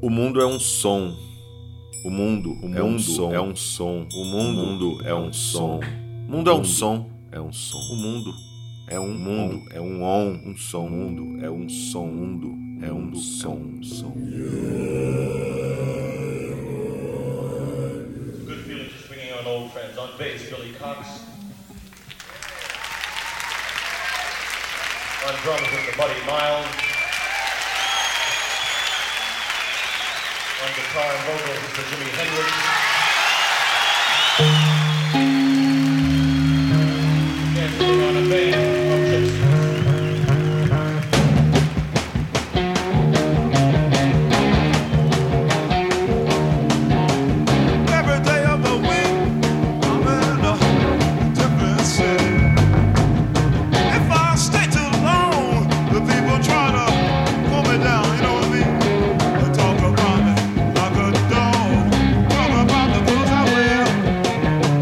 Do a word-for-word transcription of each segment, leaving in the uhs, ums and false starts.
O mundo é um som. O mundo, o mundo é um som. É um som. O mundo, o mundo é um som. O mundo é um som. É um som. O mundo é um mundo. É um on. Um som. O mundo é um som. O mundo é um som. Um som. Good feeling just bringing on old friends. On bass, Billy Cox. On drums, Mister Buddy Miles. On guitar and vocals, Mister Jimi Hendrix. Dancing on a vein of gypsy. Every day of the week, I'm in a different city. If I stay too long, the people try to pull me down, you know what I mean? They talk about me like a dog, talk about the clothes I wear.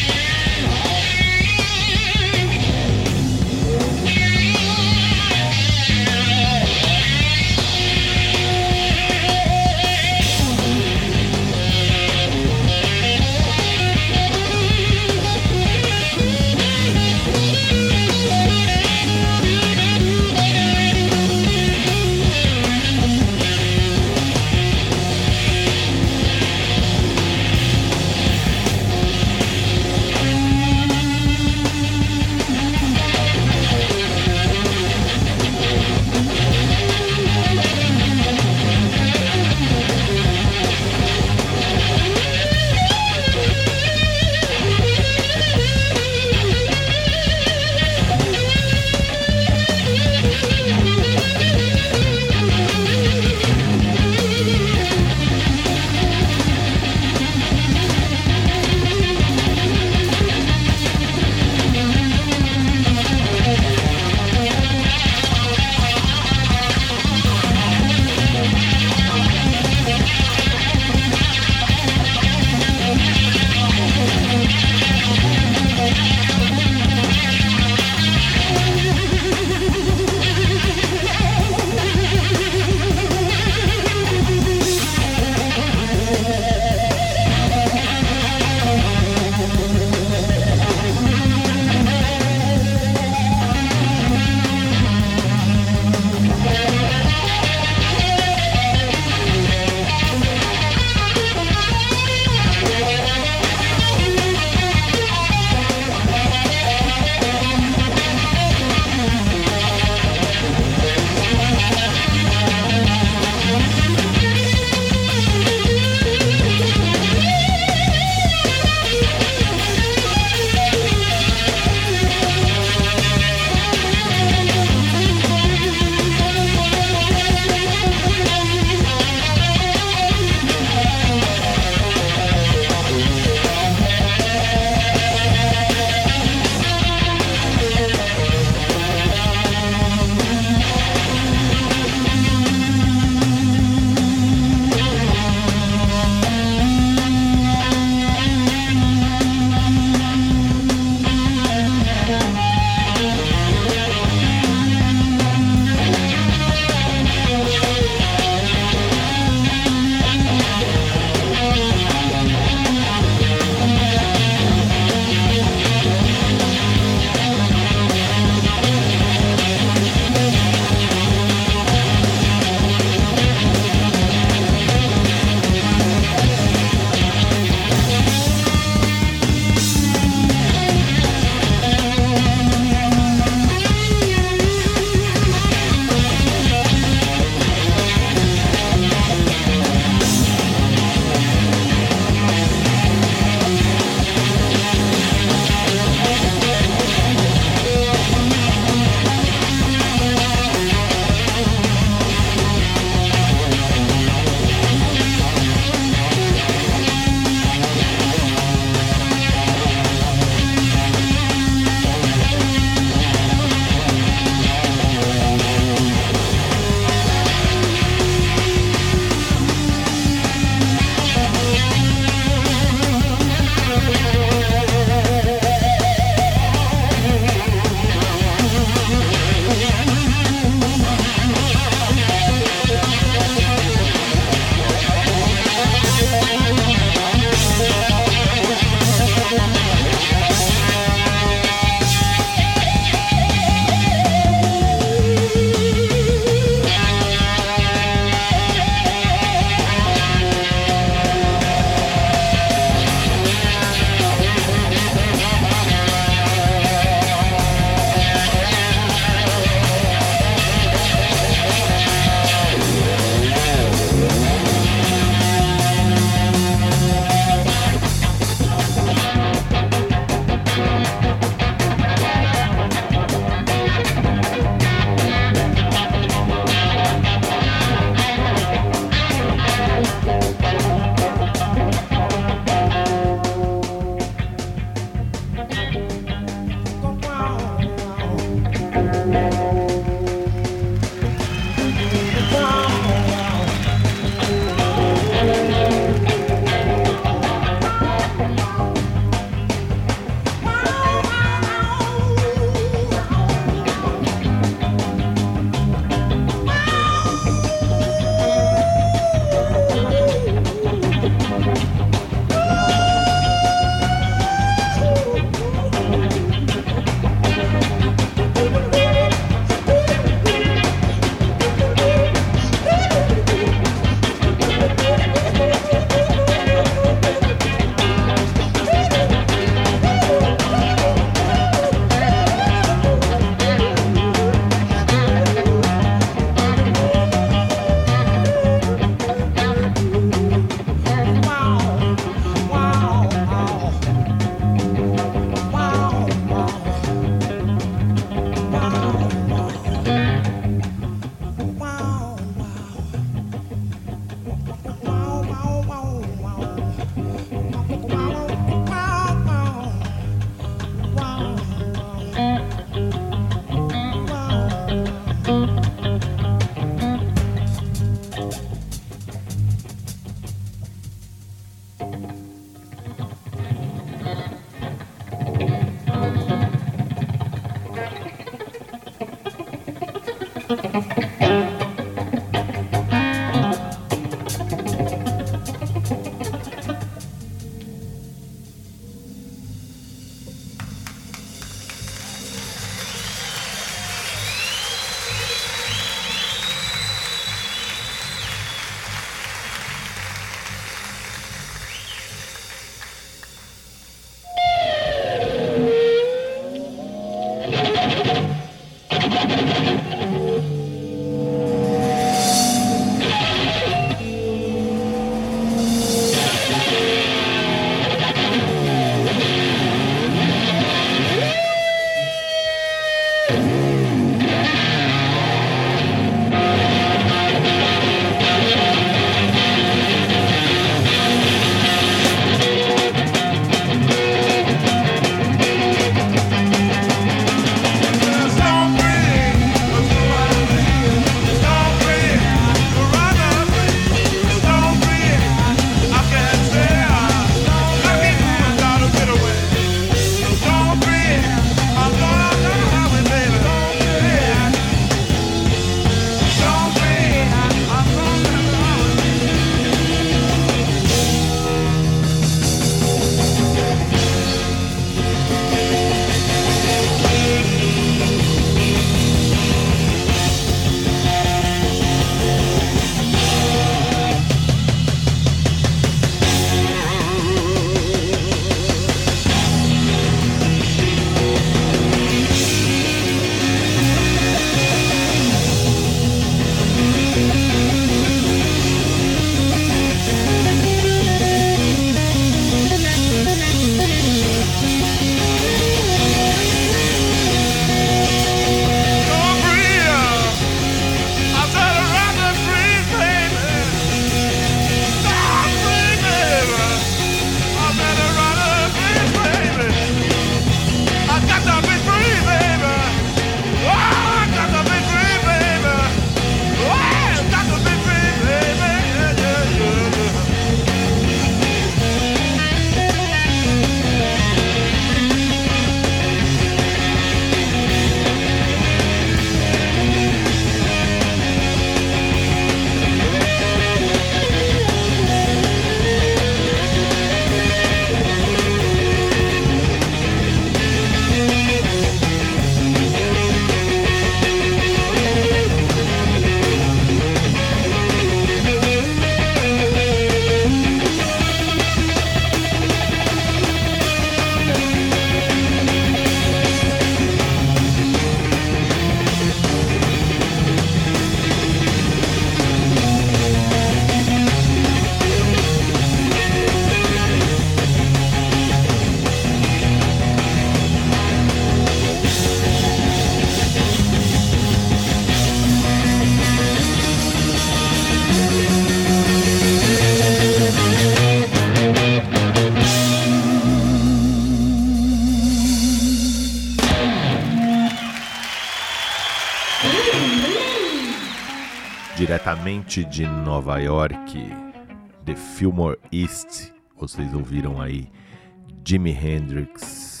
Diretamente de Nova York, The Fillmore East, vocês ouviram aí Jimi Hendrix,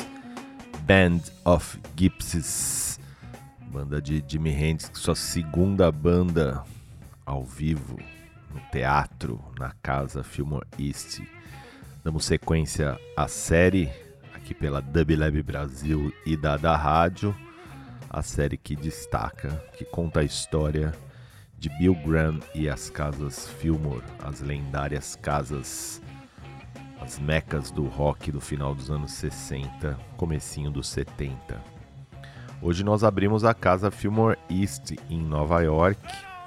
Band of Gypsies, banda de Jimi Hendrix, sua segunda banda ao vivo no teatro, na casa Fillmore East. Damos sequência à série aqui pela Dub Lab Brasil e da da Rádio, a série que destaca, que conta a história de Bill Graham e as casas Fillmore, as lendárias casas, as mecas do rock do final dos anos sessenta, comecinho dos setenta. Hoje nós abrimos a casa Fillmore East em Nova York,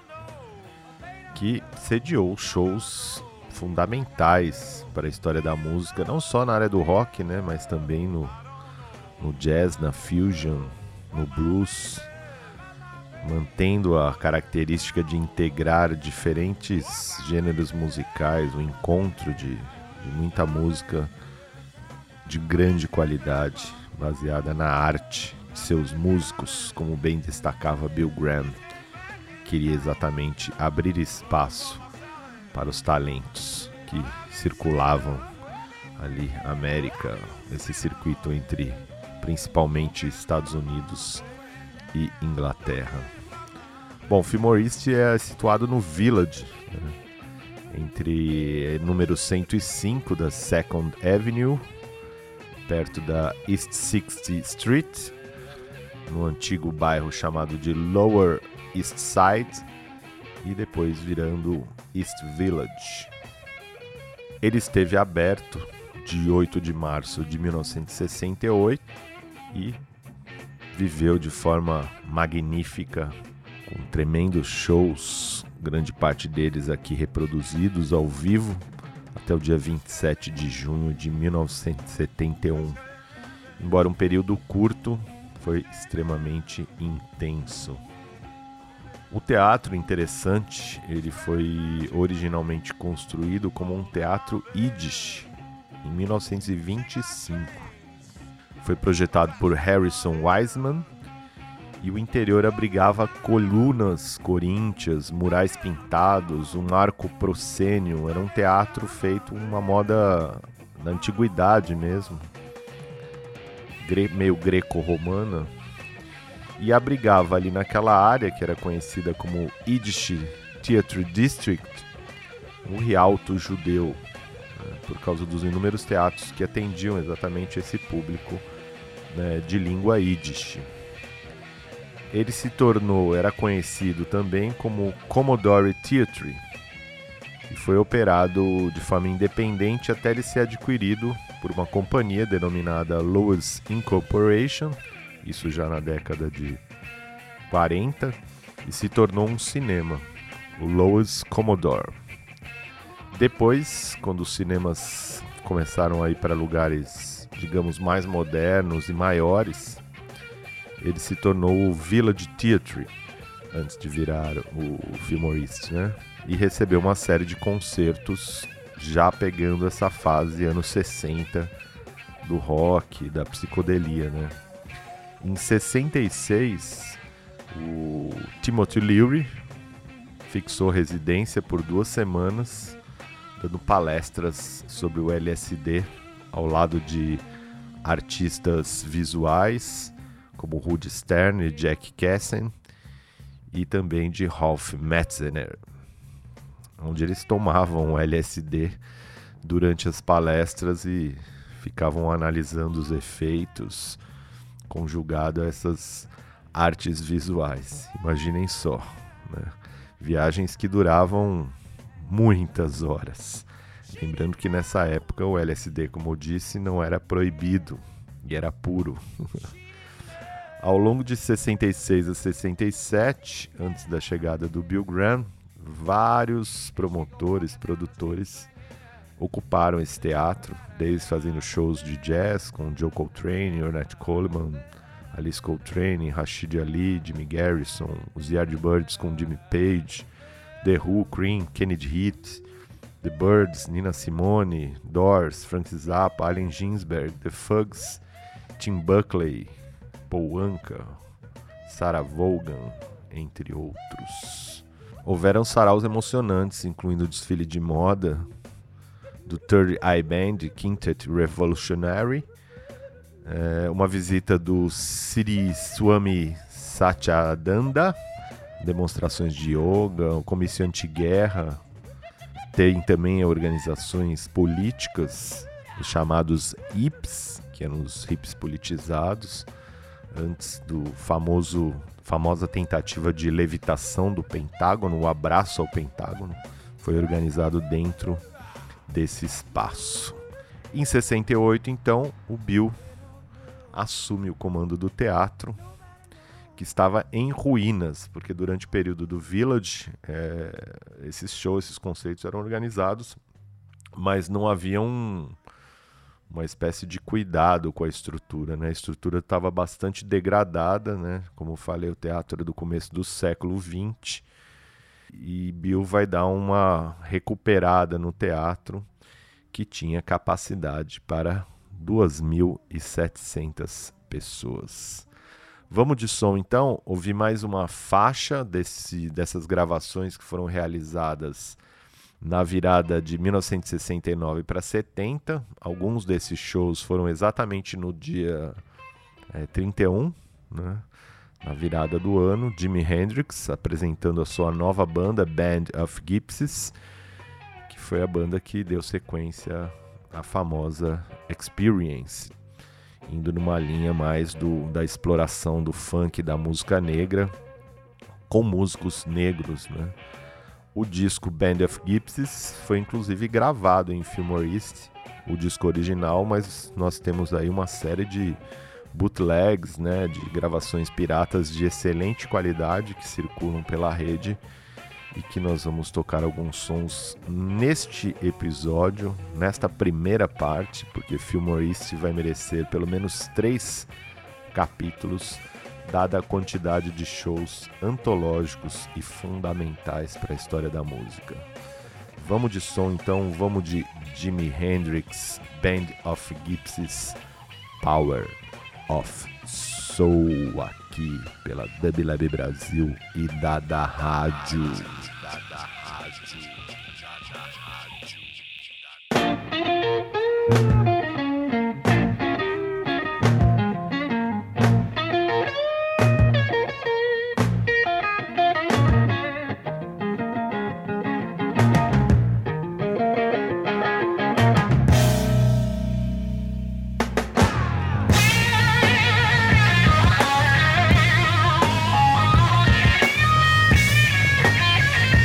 que sediou shows fundamentais para a história da música, não só na área do rock, né, mas também no, no jazz, na fusion, no blues, mantendo a característica de integrar diferentes gêneros musicais, o encontro de, de muita música de grande qualidade, baseada na arte de seus músicos, como bem destacava Bill Graham. Queria exatamente abrir espaço para os talentos que circulavam ali, América, esse circuito entre principalmente Estados Unidos e Inglaterra. Bom, Fillmore East é situado no Village, né? Entre número cento e cinco da Second Avenue, perto da East sixtieth Street, no antigo bairro chamado de Lower East Side, e depois virando East Village. Ele esteve aberto de oito de março de mil novecentos e sessenta e oito e viveu de forma magnífica, com tremendos shows, grande parte deles aqui reproduzidos ao vivo, até o dia vinte e sete de junho de mil novecentos e setenta e um. Embora um período curto, foi extremamente intenso. O teatro, interessante, ele foi originalmente construído como um teatro Yiddish, em mil novecentos e vinte e cinco. Foi projetado por Harrison Wiseman, e o interior abrigava colunas coríntias, murais pintados, um arco proscênio. Era um teatro feito uma moda da antiguidade mesmo, meio greco-romana, e abrigava ali naquela área que era conhecida como Yiddish Theatre District, um rialto judeu, né, por causa dos inúmeros teatros que atendiam exatamente esse público, né, de língua Yiddish. Ele se tornou, era conhecido também como Commodore Theatre, e foi operado de forma independente até ele ser adquirido por uma companhia denominada Loew's Incorporation, isso já na década de quarenta, e se tornou um cinema, o Loew's Commodore. Depois, quando os cinemas começaram a ir para lugares, digamos, mais modernos e maiores, ele se tornou o Village Theatre, antes de virar o Fillmore East, né? E recebeu uma série de concertos já pegando essa fase anos sessenta do rock, da psicodelia, né? Em sessenta e seis, o Timothy Leary fixou residência por duas semanas, dando palestras sobre o L S D ao lado de artistas visuais como Rudy Stern e Jack Kessen, e também de Ralph Metzner, onde eles tomavam L S D durante as palestras e ficavam analisando os efeitos, conjugado a essas artes visuais. Imaginem só, né? Viagens que duravam muitas horas. Lembrando que nessa época o L S D, como eu disse, não era proibido e era puro. Ao longo de sessenta e seis a sessenta e sete, antes da chegada do Bill Graham, vários promotores, produtores ocuparam esse teatro, desde fazendo shows de jazz com Joe Coltrane, Ornette Coleman, Alice Coltrane, Rashid Ali, Jimmy Garrison, os Yardbirds com Jimmy Page, The Who, Cream, Kennedy Heat, The Byrds, Nina Simone, Doors, Frank Zappa, Allen Ginsberg, The Fugs, Tim Buckley, Paul Anka, Sarah Vaughan, entre outros. Houveram saraus emocionantes, incluindo o desfile de moda do Third Eye Band, Quintet Revolutionary, é, uma visita do Sri Swami Satyananda, demonstrações de yoga, o Comício Antiguerra, tem também organizações políticas, os chamados hips, que eram os hips politizados, antes do famoso famosa tentativa de levitação do Pentágono, o abraço ao Pentágono, foi organizado dentro desse espaço. Em sessenta e oito, então, o Bill assume o comando do teatro, que estava em ruínas, porque durante o período do Village, é, esses shows, esses conceitos eram organizados, mas não havia um, uma espécie de cuidado com a estrutura, né? A estrutura estava bastante degradada, né? Como eu falei, o teatro era do começo do século vinte, e Bill vai dar uma recuperada no teatro, que tinha capacidade para duas mil e setecentas pessoas. Vamos de som, então, ouvir mais uma faixa desse, dessas gravações que foram realizadas na virada de mil novecentos e sessenta e nove para setenta. Alguns desses shows foram exatamente no dia é, trinta e um, né? Na virada do ano, Jimi Hendrix apresentando a sua nova banda, Band of Gypsies, que foi a banda que deu sequência à famosa Experience, indo numa linha mais do, da exploração do funk, da música negra, com músicos negros, né? O disco Band of Gypsies foi inclusive gravado em Fillmore East, o disco original, mas nós temos aí uma série de bootlegs, né, de gravações piratas de excelente qualidade que circulam pela rede e que nós vamos tocar alguns sons neste episódio, nesta primeira parte, porque Fillmore East vai merecer pelo menos três capítulos, dada a quantidade de shows antológicos e fundamentais para a história da música. Vamos de som então, vamos de Jimi Hendrix, Band of Gypsies, Power of Soul, aqui pela Dub Lab Brasil e Dada Rádio. Dada Rádio. Dada Rádio. Yeah.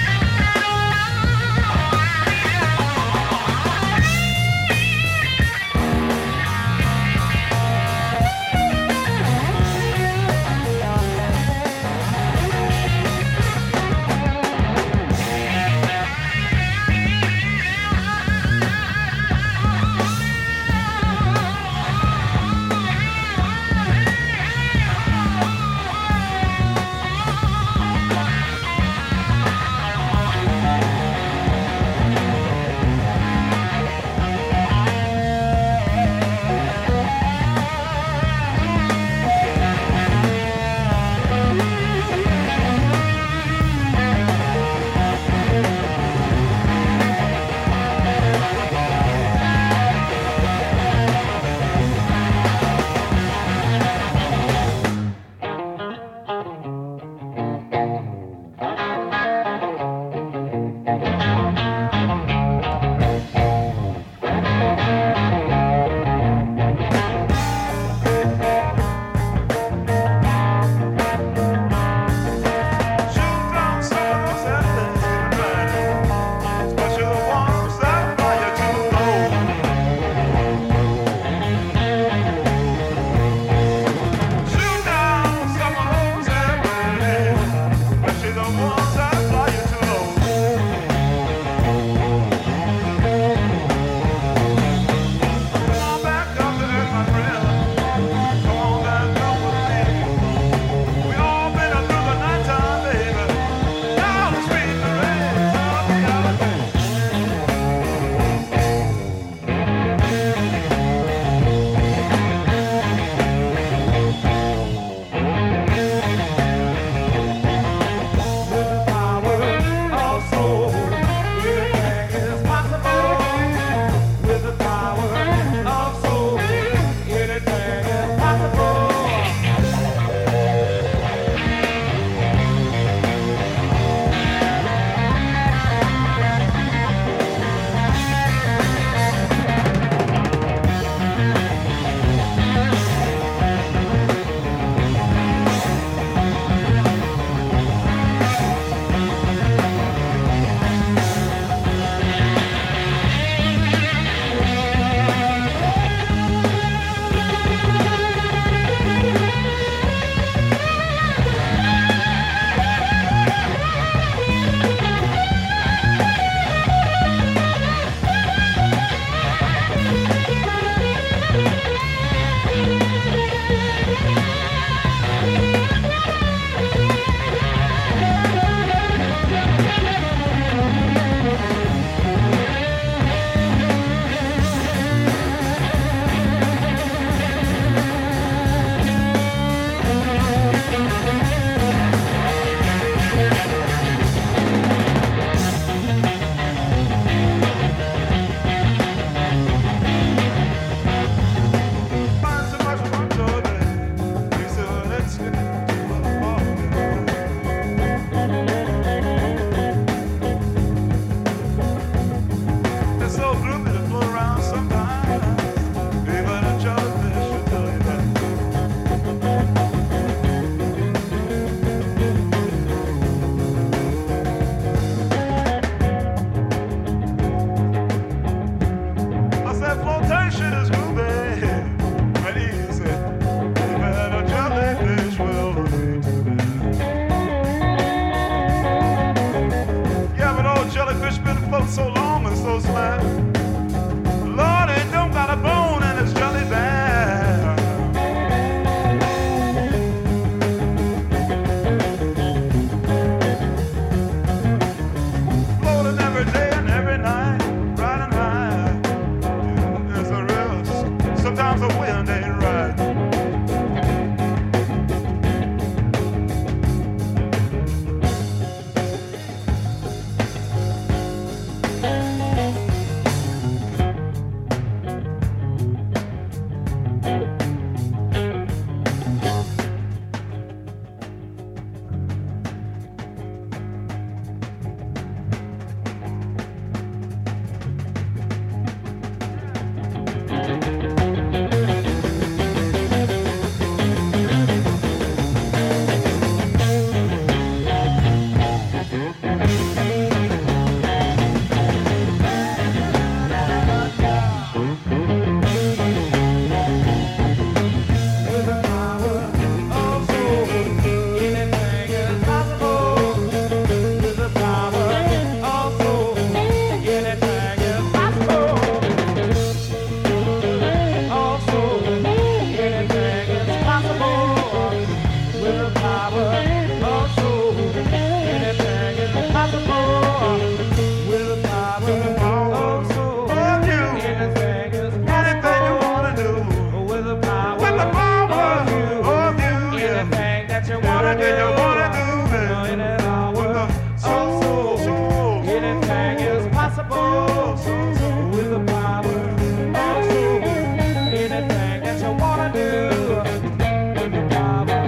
What do you wanna do, man? In an hour, oh, so anything is possible with the power. Oh, so anything that you wanna do with the power.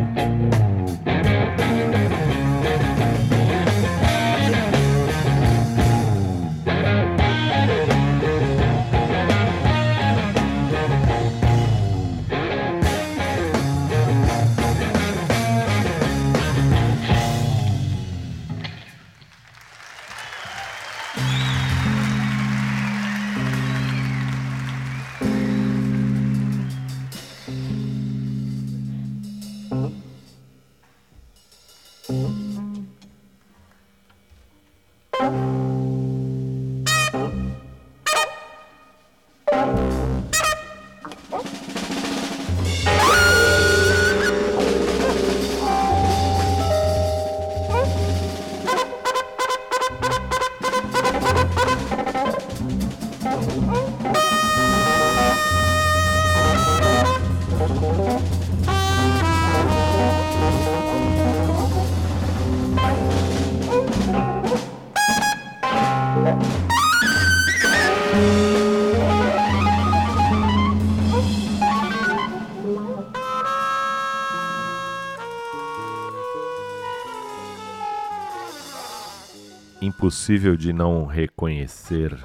Impossível de não reconhecer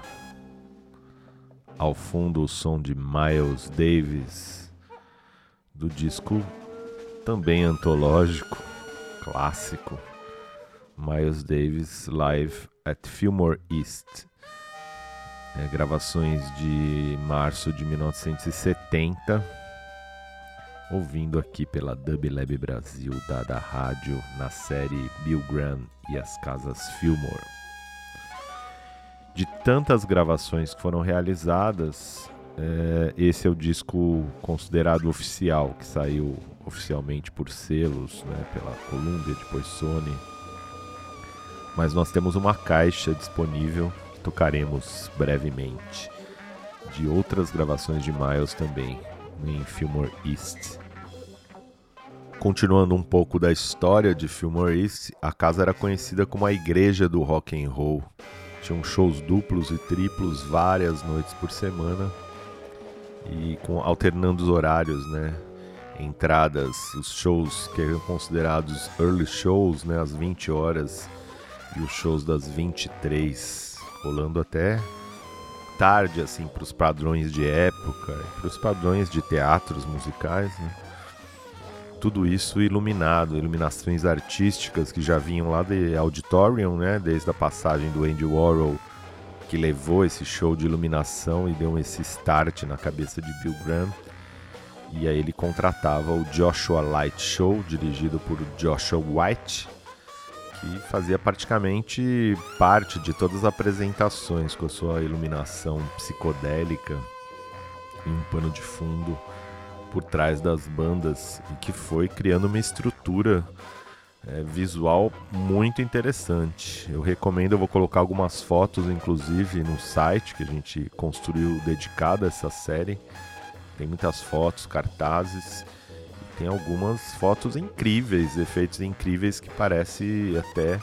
ao fundo o som de Miles Davis, do disco também antológico, clássico, Miles Davis Live at Fillmore East, é, gravações de março de mil novecentos e setenta, ouvindo aqui pela Dub Lab Brasil, da, da rádio, na série Bill Graham e as Casas Fillmore. De tantas gravações que foram realizadas, é, esse é o disco considerado oficial, que saiu oficialmente por selos, né, pela Columbia, depois Sony. Mas nós temos uma caixa disponível que tocaremos brevemente, de outras gravações de Miles também, em Fillmore East. Continuando um pouco da história de Fillmore East, a casa era conhecida como a igreja do rock and roll. Tinham shows duplos e triplos várias noites por semana e com alternando os horários, né? Entradas, os shows que eram considerados early shows, né, às vinte horas, e os shows das vinte e três, rolando até tarde, assim, para os padrões de época, para os padrões de teatros musicais, né? Tudo isso iluminado, iluminações artísticas que já vinham lá de Auditorium, né? Desde a passagem do Andy Warhol, que levou esse show de iluminação e deu esse start na cabeça de Bill Graham. E aí ele contratava o Joshua Light Show, dirigido por Joshua White, que fazia praticamente parte de todas as apresentações, com a sua iluminação psicodélica e um pano de fundo por trás das bandas, e que foi criando uma estrutura é, visual muito interessante. Eu recomendo, eu vou colocar algumas fotos inclusive no site que a gente construiu dedicado a essa série. Tem muitas fotos, cartazes, e tem algumas fotos incríveis, efeitos incríveis que parece até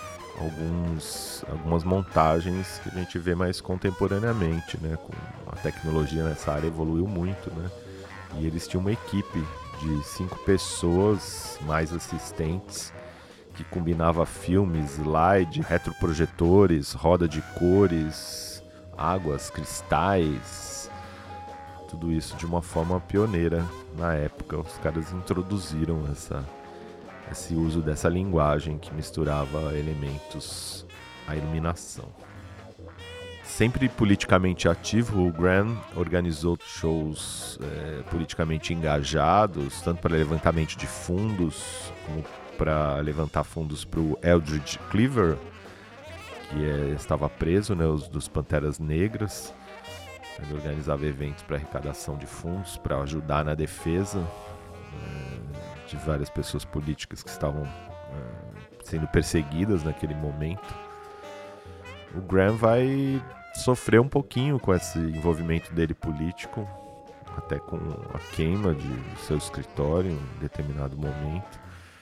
alguns, algumas montagens que a gente vê mais contemporaneamente, né? Com a tecnologia nessa área evoluiu muito, né? E eles tinham uma equipe de cinco pessoas, mais assistentes, que combinava filmes, slide, retroprojetores, roda de cores, águas, cristais, tudo isso de uma forma pioneira na época. Os caras introduziram essa, esse uso dessa linguagem que misturava elementos à iluminação. Sempre politicamente ativo, o Graham organizou shows é, politicamente engajados, tanto para levantamento de fundos, como para levantar fundos para o Eldridge Cleaver, que é, estava preso, né, os dos Panteras Negras. Ele organizava eventos para arrecadação de fundos, para ajudar na defesa é, de várias pessoas políticas que estavam é, sendo perseguidas naquele momento. O Graham vai sofrer um pouquinho com esse envolvimento dele político, até com a queima de, do seu escritório em determinado momento.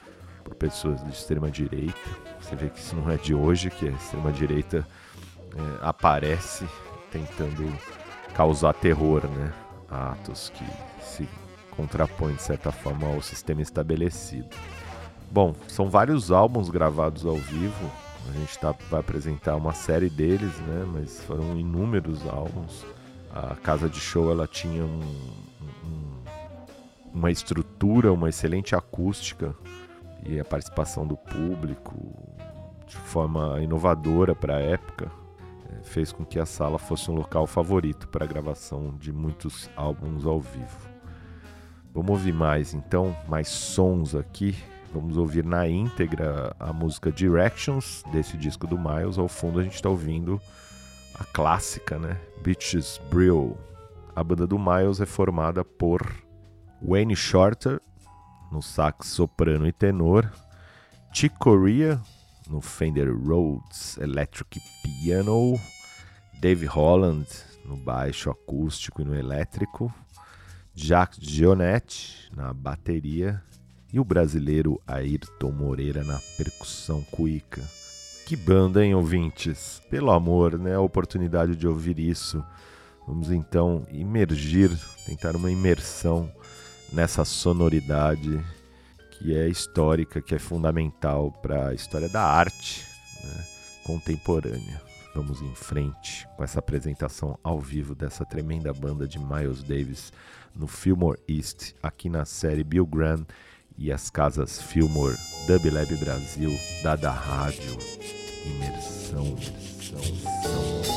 por pessoas de extrema-direita. Você vê que isso não é de hoje, que a extrema-direita é, aparece tentando causar terror, né? Atos que se contrapõem, de certa forma, ao sistema estabelecido. Bom, são vários álbuns gravados ao vivo. A gente tá, vai apresentar uma série deles, né? Mas foram inúmeros álbuns. A casa de show ela tinha um, um, uma estrutura, uma excelente acústica e a participação do público de forma inovadora para a época fez com que a sala fosse um local favorito para a gravação de muitos álbuns ao vivo. Vamos ouvir mais então, mais sons aqui. Vamos ouvir na íntegra a música Directions, desse disco do Miles. Ao fundo a gente está ouvindo a clássica, né? Beaches Brew. A banda do Miles é formada por Wayne Shorter, no sax soprano e tenor, Chick Corea, no Fender Rhodes Electric Piano, Dave Holland, no baixo acústico e no elétrico, Jacques Dionette, na bateria, e o brasileiro Ayrton Moreira na percussão cuíca. Que banda, hein, ouvintes? Pelo amor, né? A oportunidade de ouvir isso. Vamos então imergir, tentar uma imersão nessa sonoridade que é histórica, que é fundamental para a história da arte, né, contemporânea. Vamos em frente com essa apresentação ao vivo dessa tremenda banda de Miles Davis no Fillmore East, aqui na série Bill Graham e as casas Fillmore, Dub Lab Brasil, Dada Rádio, imersão, imersão, imersão.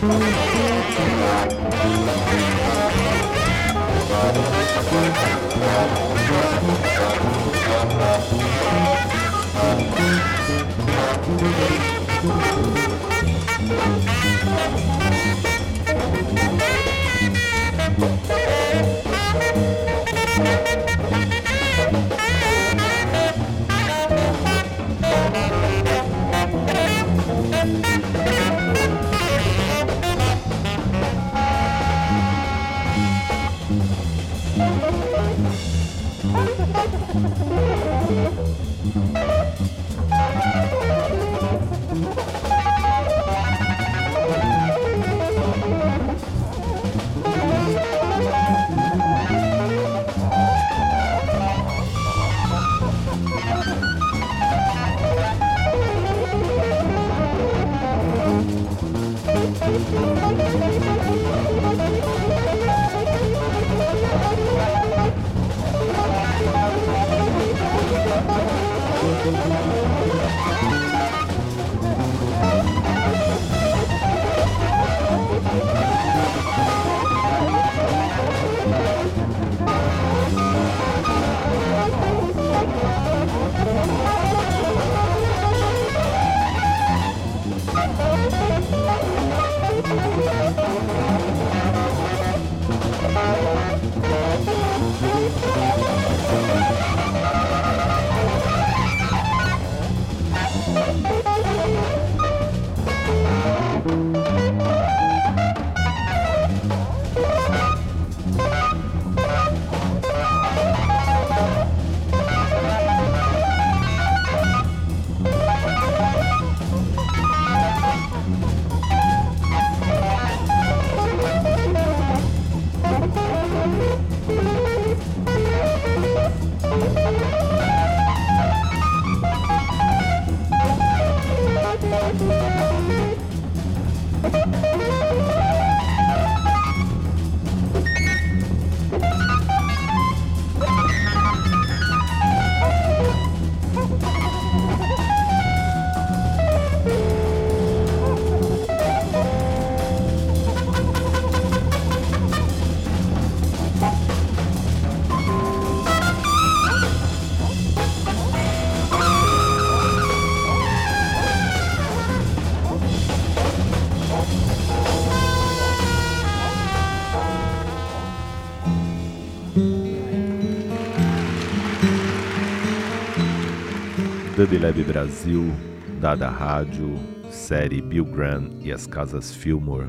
Dub-Lab Brasil, Dada Rádio, série Bill Graham e as Casas Fillmore.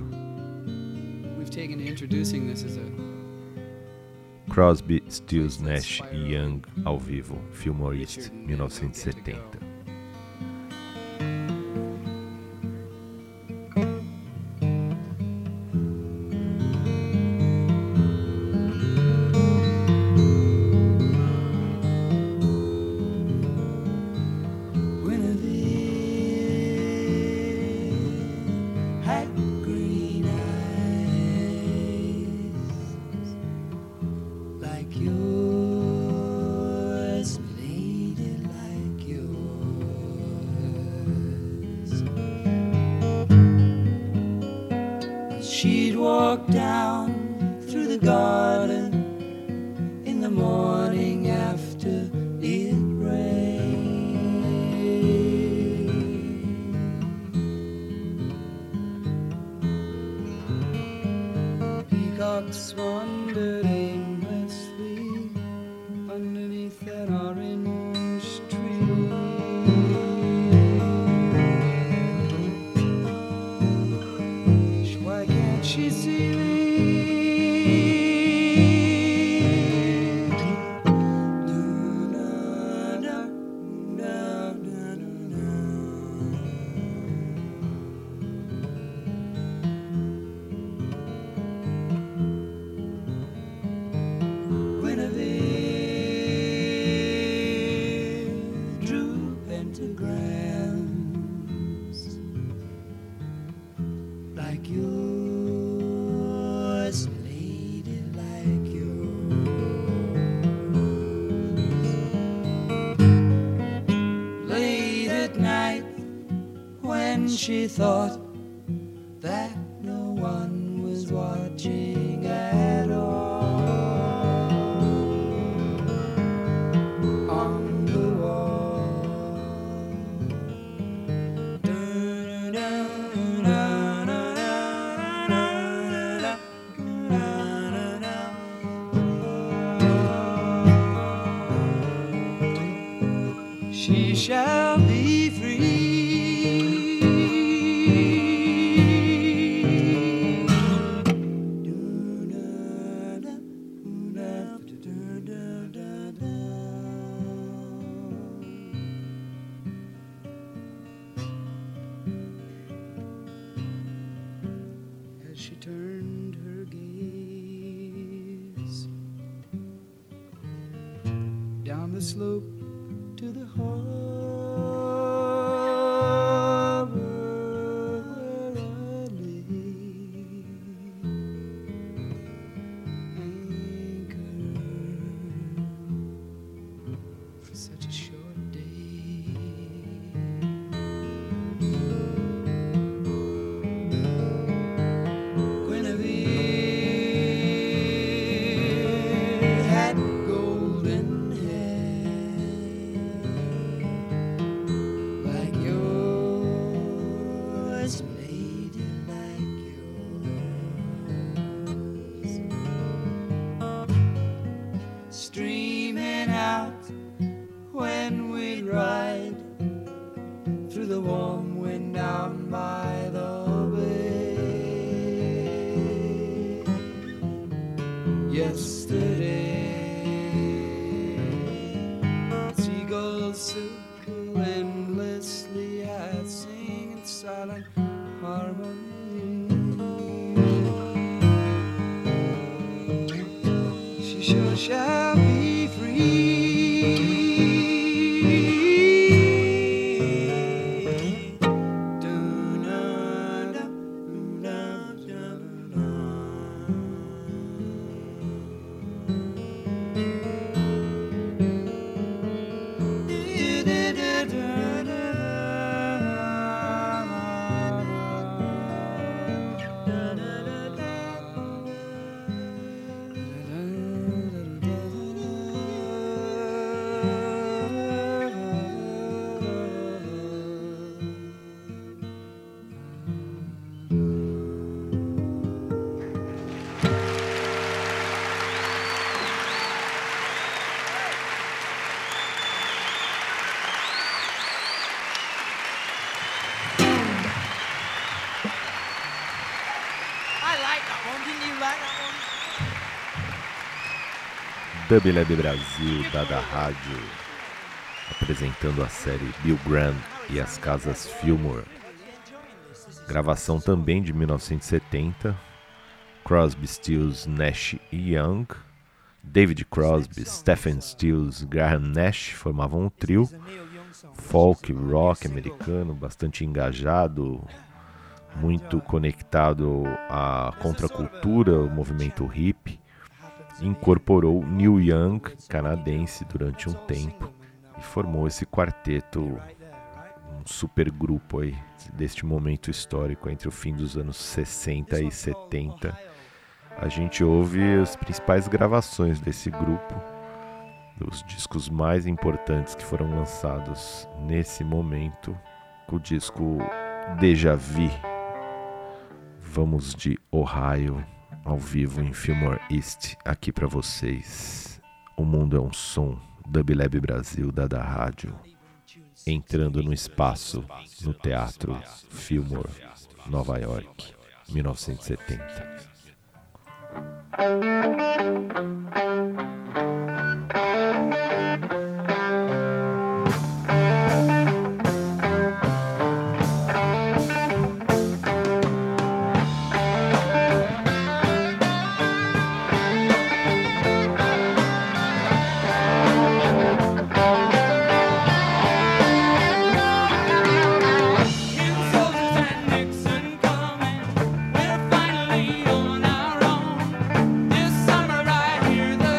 We've taken to introducing this as a Crosby, Stills, Nash e Young ao vivo, Fillmore East, mil novecentos e setenta. She'd walk down through the garden in the morning after it rained. Peacocks wandered aimlessly underneath that orange tree. Why can't she see me? Guinevere drew pentagrams like yours, lady, like yours. Late at night, when she thought that no a slope to the harbor where I lay anchored for such a short day. Guinevere had golden hair like yours, lady, like yours, streaming out when we'd ride through the warm wind down by the bay. Yesterday, seagulls circle endlessly, I'd sing in silent harmony. She sure shall be free. Dublab Brasil, Dada Rádio, apresentando a série Bill Graham e as Casas Fillmore. Gravação também de mil novecentos e setenta, Crosby, Stills, Nash e Young. David Crosby, Stephen Stills, Graham Nash formavam um trio, folk, rock americano, bastante engajado, muito conectado à contracultura, o movimento hippie. Incorporou Neil Young, canadense, durante um tempo e formou esse quarteto, um super grupo aí deste momento histórico entre o fim dos anos sessenta e setenta. A gente ouve as principais gravações desse grupo, os discos mais importantes que foram lançados nesse momento, com o disco Deja Vu. Vamos de Ohio, ao vivo em Fillmore East, aqui pra vocês. O mundo é um som, Dublab Brasil, Dada Rádio, entrando no espaço, no Teatro Fillmore, Nova York, mil novecentos e setenta. This summer right here, the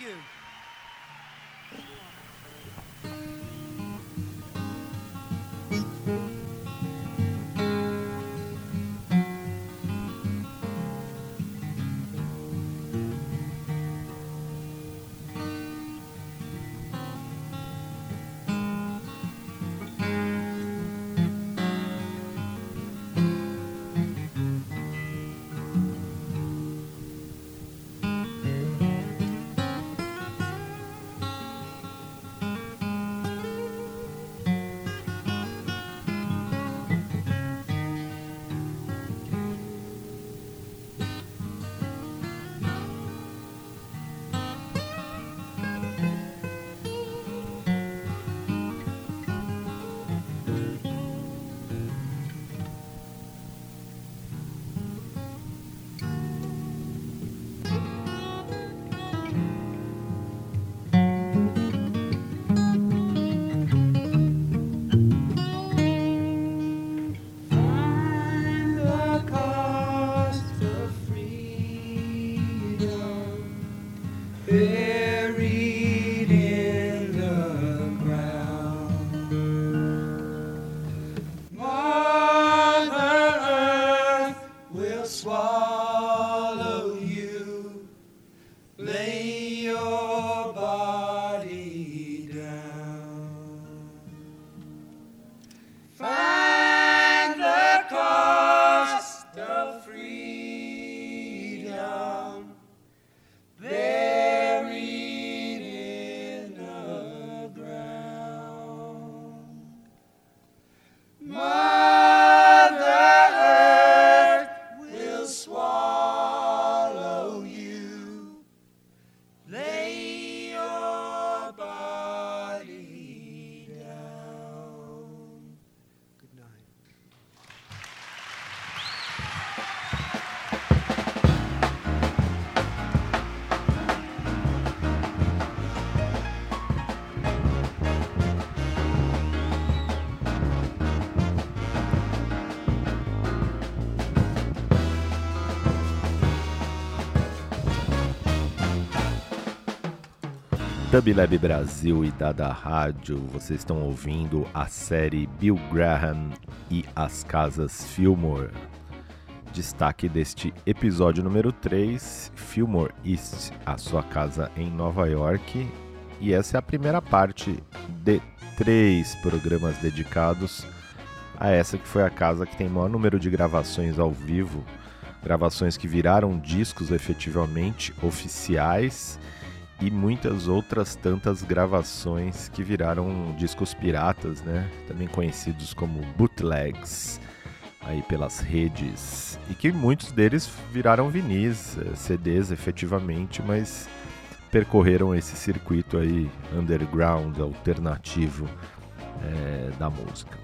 you. Buried in the ground, Mother Earth will swallow you. Lay your body down. Find the cost of freedom. Buried in the ground. Mother Earth will swallow you. Lay your body down. Good night. Dublab Brasil e Dada Rádio, vocês estão ouvindo a série Bill Graham e as Casas Fillmore. Destaque deste episódio número três, Fillmore East, a sua casa em Nova York. E essa é a primeira parte de três programas dedicados a essa que foi a casa que tem maior número de gravações ao vivo, gravações que viraram discos efetivamente oficiais, e muitas outras tantas gravações que viraram discos piratas, né? Também conhecidos como bootlegs aí pelas redes, e que muitos deles viraram vinis, C Ds efetivamente, mas percorreram esse circuito aí underground, alternativo é, da música.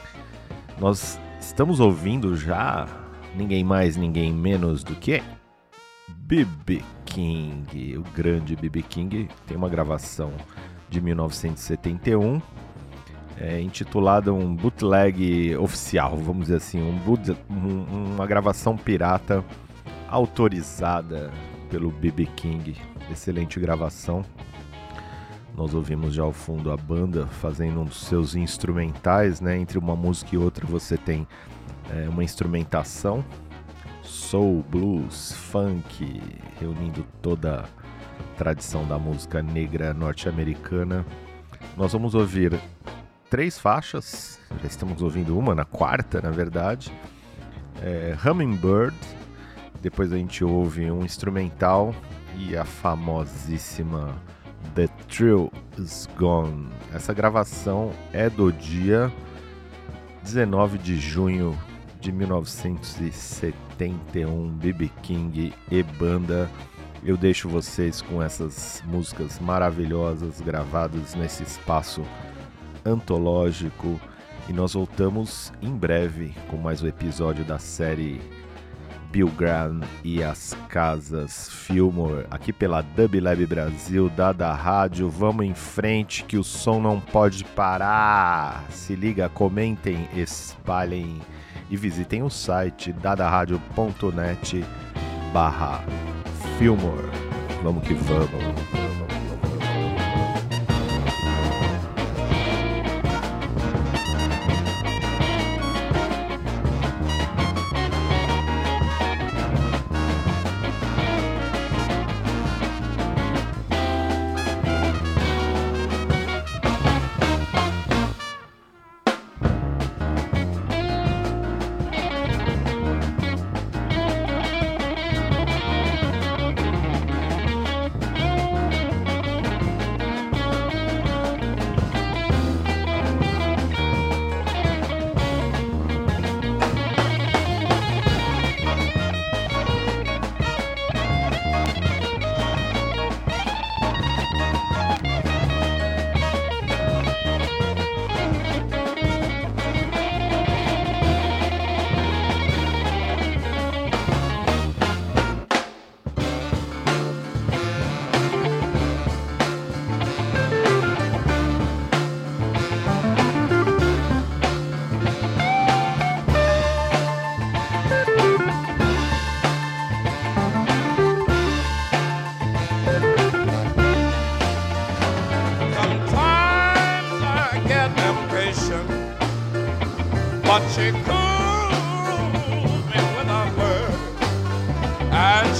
Nós estamos ouvindo já ninguém mais, ninguém menos do que B B King, o grande B B King. Tem uma gravação de mil novecentos e setenta e um, é, intitulada um bootleg oficial, vamos dizer assim, um boot, um, uma gravação pirata autorizada pelo B B King. Excelente gravação. Nós ouvimos já ao fundo a banda fazendo um dos seus instrumentais, né? Entre uma música e outra você tem é, uma instrumentação soul, blues, funk, reunindo toda a tradição da música negra norte-americana. Nós vamos ouvir três faixas, já estamos ouvindo uma, na quarta, na verdade. É, Hummingbird, depois a gente ouve um instrumental e a famosíssima The Thrill Is Gone. Essa gravação é do dia dezenove de junho de mil novecentos e setenta e um, B B King e banda. Eu deixo vocês com essas músicas maravilhosas gravadas nesse espaço antológico e nós voltamos em breve com mais um episódio da série Bill Graham e as Casas Fillmore, aqui pela Dublab Brasil, Dada Rádio. Vamos em frente que o som não pode parar. Se liga, comentem, espalhem e visitem o site dadaradio ponto net barra Fillmore. Vamos que vamos.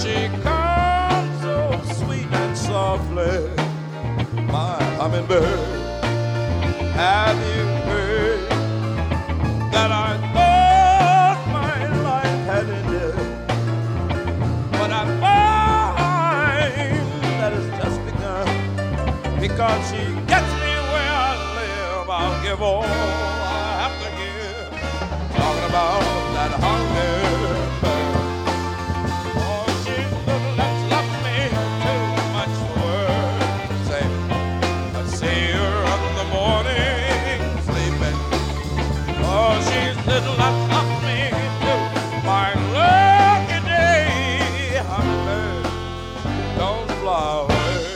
she comes so sweet and softly. My hummingbird, have you heard that I thought my life had ended? But I find that it's just begun, because she gets me where I live. I'll give all I have to give. Talking about that hummingbird. Oh, she's little that's left me too much words to say. I see her in the morning sleeping. Oh, she's little that's left me too. My lucky day, hummingbird, don't fly away.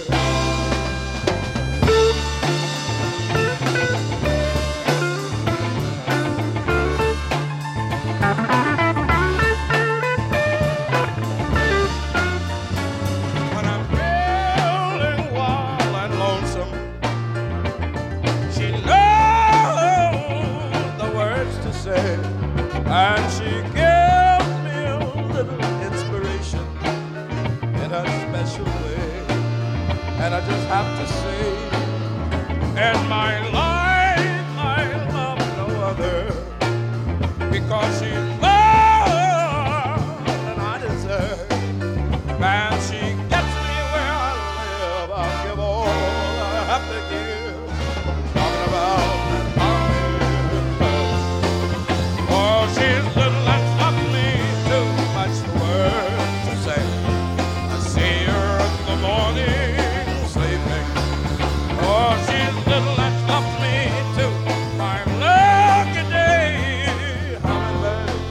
When I'm feeling wild and lonesome, she knows the words to say, and she gives me a little inspiration in a special way. And I just have to say, in my life I love no other, because she's more than I deserve. And she gets me where I live. I'll give all I have to give. Talking about that hummingbird. Oh, she's little and left me too much words to say. I see her in the morning sleeping. Oh, she's little and left me too. My lucky day, hummingbird,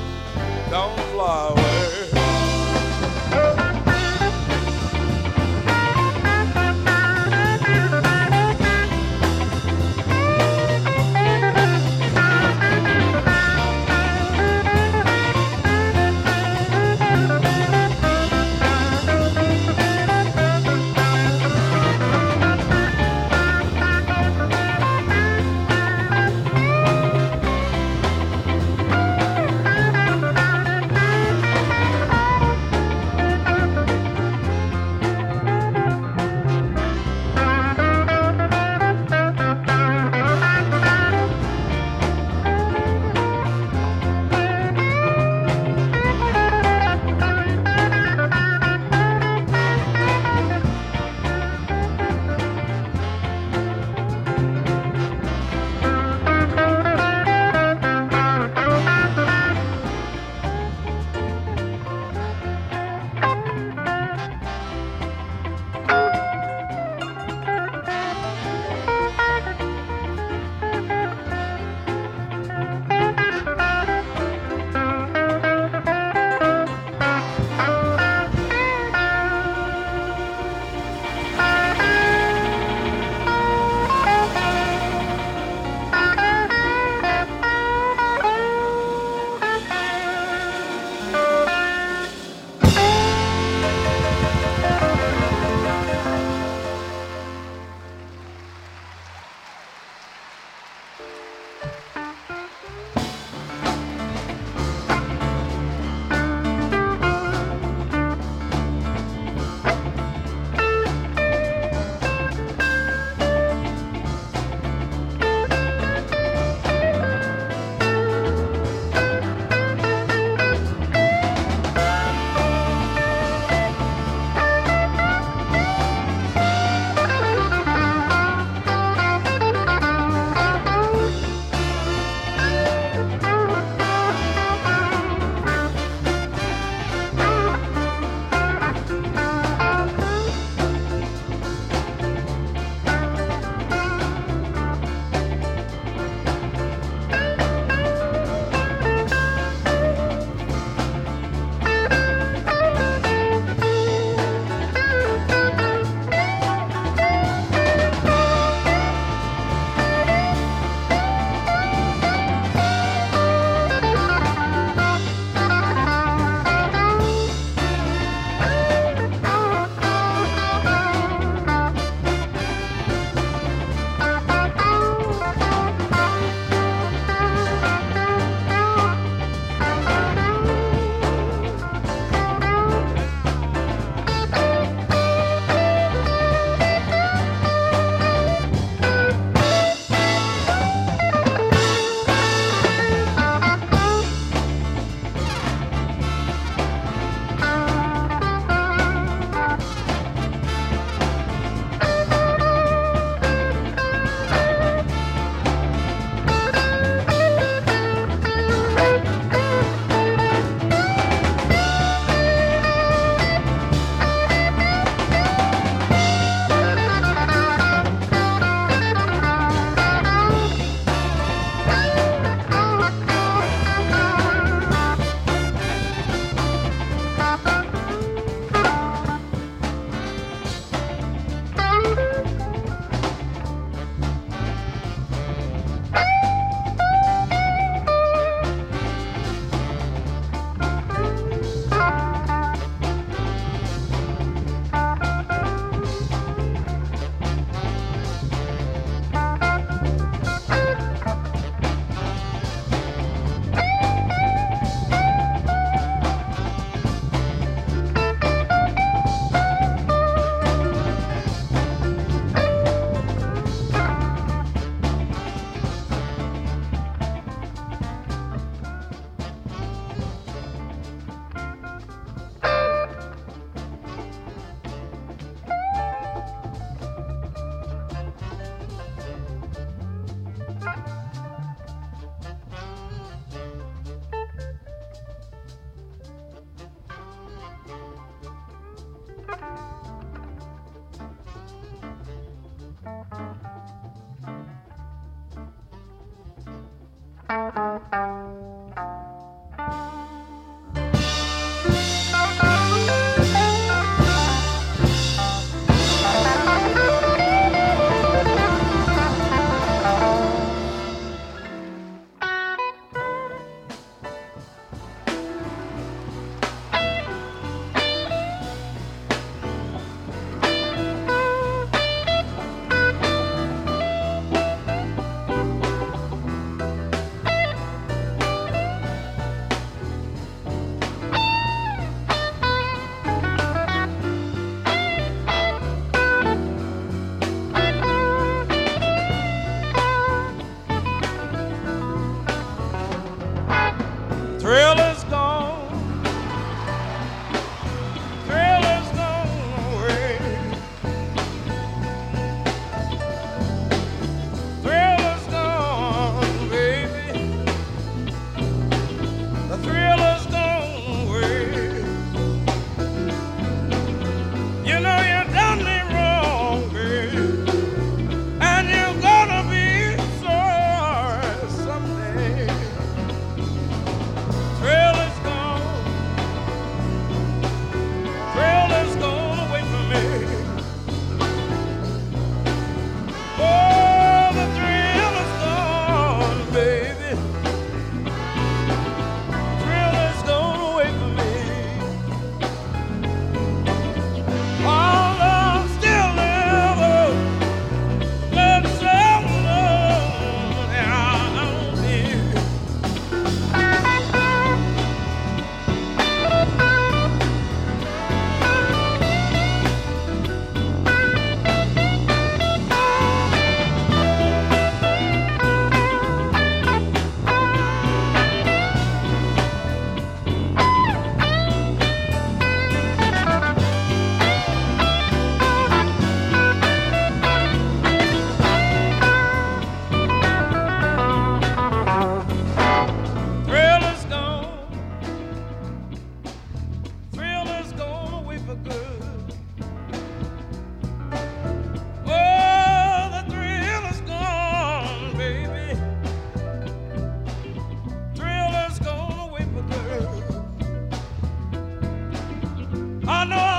I know